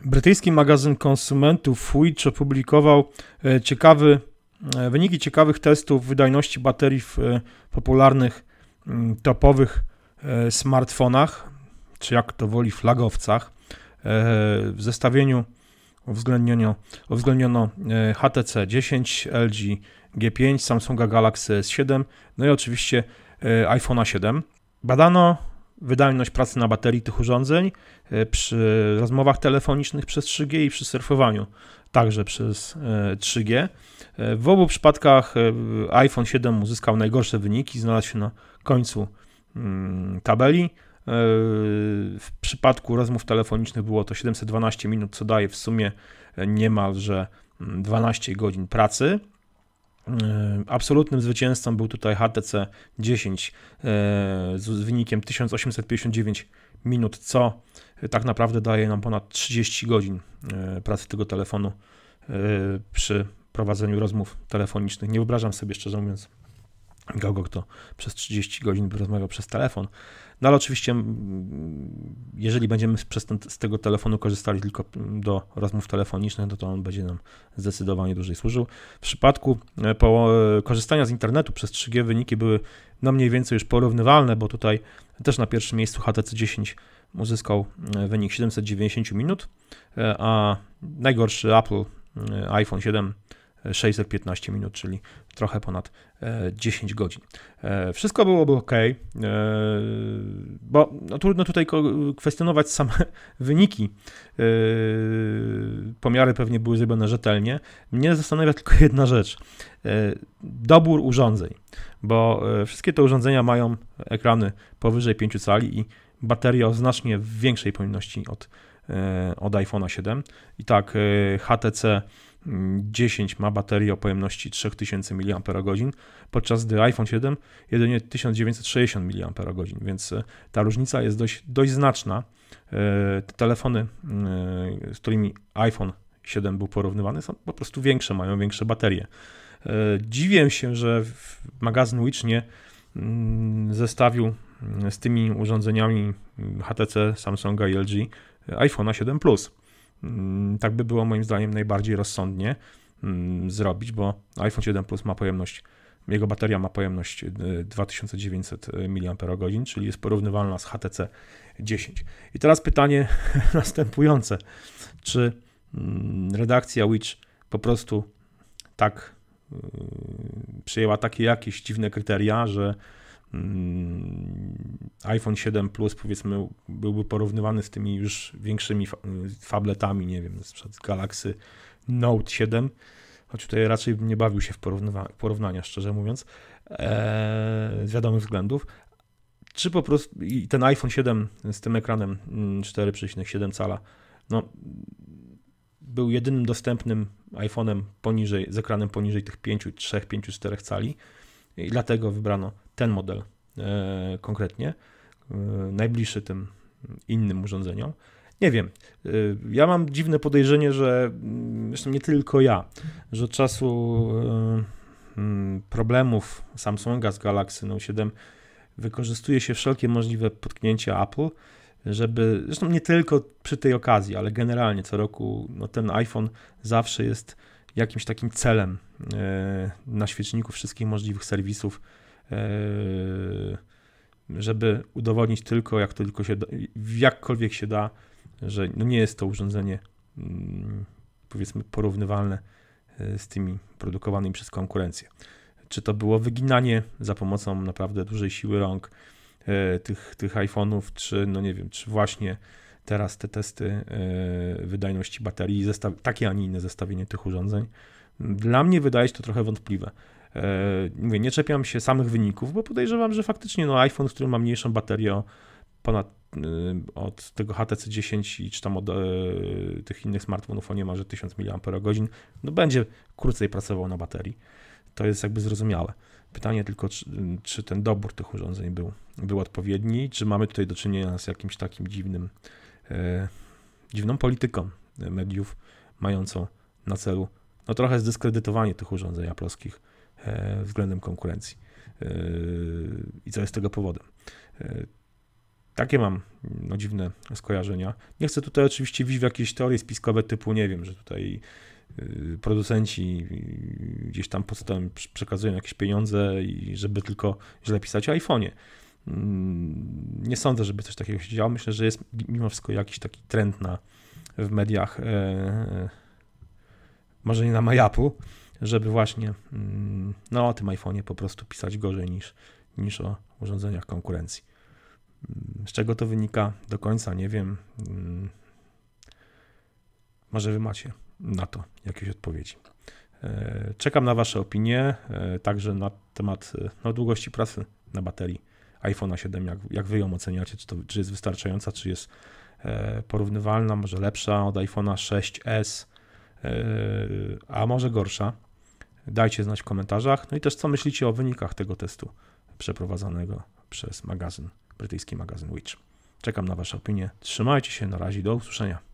Brytyjski magazyn konsumentów Which opublikował wyniki ciekawych testów wydajności baterii w popularnych topowych smartfonach, czy jak to woli flagowcach. W zestawieniu uwzględniono HTC 10, LG G5, Samsunga Galaxy S7, no i oczywiście iPhone'a 7. Badano wydajność pracy na baterii tych urządzeń przy rozmowach telefonicznych przez 3G i przy surfowaniu także przez 3G. W obu przypadkach iPhone 7 uzyskał najgorsze wyniki, znalazł się na końcu tabeli. W przypadku rozmów telefonicznych było to 712 minut, co daje w sumie niemalże 12 godzin pracy. Absolutnym zwycięzcą był tutaj HTC 10 z wynikiem 1859 minut, co tak naprawdę daje nam ponad 30 godzin pracy tego telefonu przy prowadzeniu rozmów telefonicznych. Nie wyobrażam sobie, szczerze mówiąc, kogo kto przez 30 godzin by rozmawiał przez telefon. No ale oczywiście, jeżeli będziemy z tego telefonu korzystali tylko do rozmów telefonicznych, no to on będzie nam zdecydowanie dłużej służył. W przypadku korzystania z internetu przez 3G wyniki były no mniej więcej już porównywalne, bo tutaj też na pierwszym miejscu HTC 10 uzyskał wynik 790 minut, a najgorszy Apple iPhone 7 615 minut, czyli trochę ponad 10 godzin. Wszystko byłoby ok, bo no, trudno tutaj kwestionować same wyniki. Pomiary pewnie były zrobione rzetelnie. Mnie zastanawia tylko jedna rzecz. Dobór urządzeń, bo wszystkie te urządzenia mają ekrany powyżej 5 cali i baterie o znacznie większej pojemności od iPhone'a 7. I tak HTC 10 ma baterię o pojemności 3000 mAh, podczas gdy iPhone 7 jedynie 1960 mAh, więc ta różnica jest dość znaczna. Te telefony, z którymi iPhone 7 był porównywany, są po prostu większe, mają większe baterie. Dziwię się, że magazyn Which nie zestawił z tymi urządzeniami HTC, Samsunga i LG iPhone'a 7 Plus. Tak by było moim zdaniem najbardziej rozsądnie zrobić, bo iPhone 7 Plus ma pojemność, jego bateria ma pojemność 2900 mAh, czyli jest porównywalna z HTC 10. I teraz pytanie następujące. Czy redakcja Which po prostu tak przyjęła takie jakieś dziwne kryteria, że iPhone 7 Plus, powiedzmy, byłby porównywany z tymi już większymi fabletami, nie wiem, z Galaxy Note 7, choć tutaj raczej bym nie bawił się w porównania, szczerze mówiąc, z wiadomych względów. Czy po prostu i ten iPhone 7 z tym ekranem 4,7 cala, no, był jedynym dostępnym iPhone'em z ekranem poniżej tych 5,4 cali i dlatego wybrano ten model konkretnie, najbliższy tym innym urządzeniom. Nie wiem, ja mam dziwne podejrzenie, że zresztą nie tylko ja, że od czasu problemów Samsunga z Galaxy Note 7 wykorzystuje się wszelkie możliwe potknięcia Apple, żeby, zresztą nie tylko przy tej okazji, ale generalnie co roku no ten iPhone zawsze jest jakimś takim celem na świeczniku wszystkich możliwych serwisów, żeby udowodnić tylko, jakkolwiek się da, że no nie jest to urządzenie, powiedzmy, porównywalne z tymi produkowanymi przez konkurencję. Czy to było wyginanie za pomocą naprawdę dużej siły rąk tych iPhone'ów, czy no nie wiem, czy właśnie teraz te testy wydajności baterii, takie, a nie inne zestawienie tych urządzeń. Dla mnie wydaje się to trochę wątpliwe. Mówię, nie czepiam się samych wyników, bo podejrzewam, że faktycznie no iPhone, który ma mniejszą baterię od tego HTC 10 czy tam od tych innych smartfonów o niemalże 1000 mAh, no będzie krócej pracował na baterii. To jest jakby zrozumiałe. Pytanie tylko, czy ten dobór tych urządzeń był odpowiedni, czy mamy tutaj do czynienia z jakimś takim dziwną polityką mediów mającą na celu no trochę zdyskredytowanie tych urządzeń aploskich względem konkurencji. I co jest tego powodem? Takie mam dziwne skojarzenia. Nie chcę tutaj oczywiście wbić w jakieś teorie spiskowe typu, nie wiem, że tutaj producenci gdzieś tam podstawem przekazują jakieś pieniądze i żeby tylko źle pisać o iPhone'ie. Nie sądzę, żeby coś takiego się działo. Myślę, że jest mimo wszystko jakiś taki trend w mediach, może nie na majapu, żeby właśnie o tym iPhone'ie po prostu pisać gorzej niż o urządzeniach konkurencji. Z czego to wynika do końca, nie wiem. Może wy macie na to jakieś odpowiedzi. Czekam na wasze opinie, także na temat długości pracy na baterii iPhone'a 7, jak wy ją oceniacie, czy jest wystarczająca, czy jest porównywalna, może lepsza od iPhone'a 6s, a może gorsza. Dajcie znać w komentarzach. No i też co myślicie o wynikach tego testu przeprowadzonego przez brytyjski magazyn Which. Czekam na wasze opinie. Trzymajcie się, na razie, do usłyszenia.